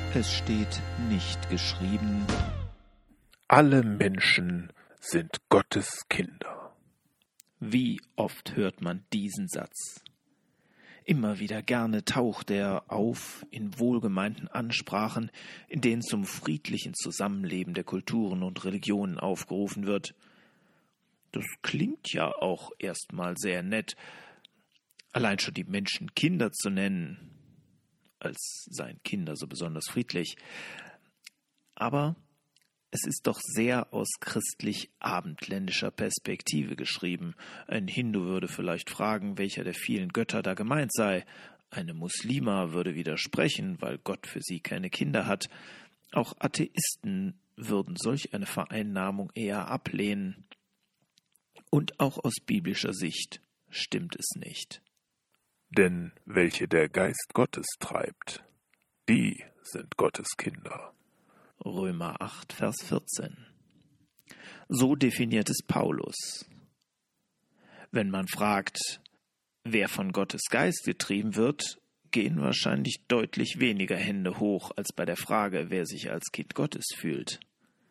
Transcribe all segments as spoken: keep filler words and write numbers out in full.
Es steht nicht geschrieben: Alle Menschen sind Gottes Kinder. Wie oft hört man diesen Satz? Immer wieder gerne taucht er auf in wohlgemeinten Ansprachen, in denen zum friedlichen Zusammenleben der Kulturen und Religionen aufgerufen wird. Das klingt ja auch erstmal sehr nett, allein schon die Menschen Kinder zu nennen, als seien Kinder so besonders friedlich. Aber es ist doch sehr aus christlich-abendländischer Perspektive geschrieben. Ein Hindu würde vielleicht fragen, welcher der vielen Götter da gemeint sei. Eine Muslima würde widersprechen, weil Gott für sie keine Kinder hat. Auch Atheisten würden solch eine Vereinnahmung eher ablehnen. Und auch aus biblischer Sicht stimmt es nicht. Denn welche der Geist Gottes treibt, die sind Gottes Kinder. Römer acht, Vers vierzehn. So definiert es Paulus. Wenn man fragt, wer von Gottes Geist getrieben wird, gehen wahrscheinlich deutlich weniger Hände hoch als bei der Frage, wer sich als Kind Gottes fühlt.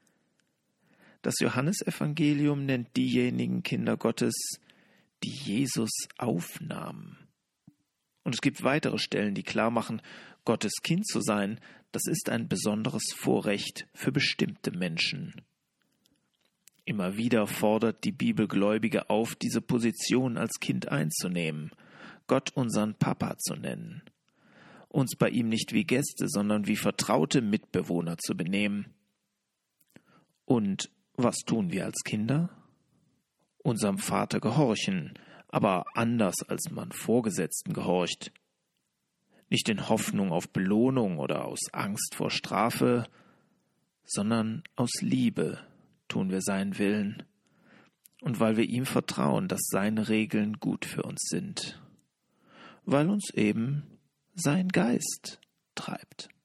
Das Johannesevangelium nennt diejenigen Kinder Gottes, die Jesus aufnahmen. Und es gibt weitere Stellen, die klar machen, Gottes Kind zu sein, das ist ein besonderes Vorrecht für bestimmte Menschen. Immer wieder fordert die Bibel Gläubige auf, diese Position als Kind einzunehmen, Gott unseren Papa zu nennen, uns bei ihm nicht wie Gäste, sondern wie vertraute Mitbewohner zu benehmen. Und was tun wir als Kinder? Unserem Vater gehorchen, aber anders als man Vorgesetzten gehorcht. Nicht in Hoffnung auf Belohnung oder aus Angst vor Strafe, sondern aus Liebe tun wir seinen Willen und weil wir ihm vertrauen, dass seine Regeln gut für uns sind, weil uns eben sein Geist treibt.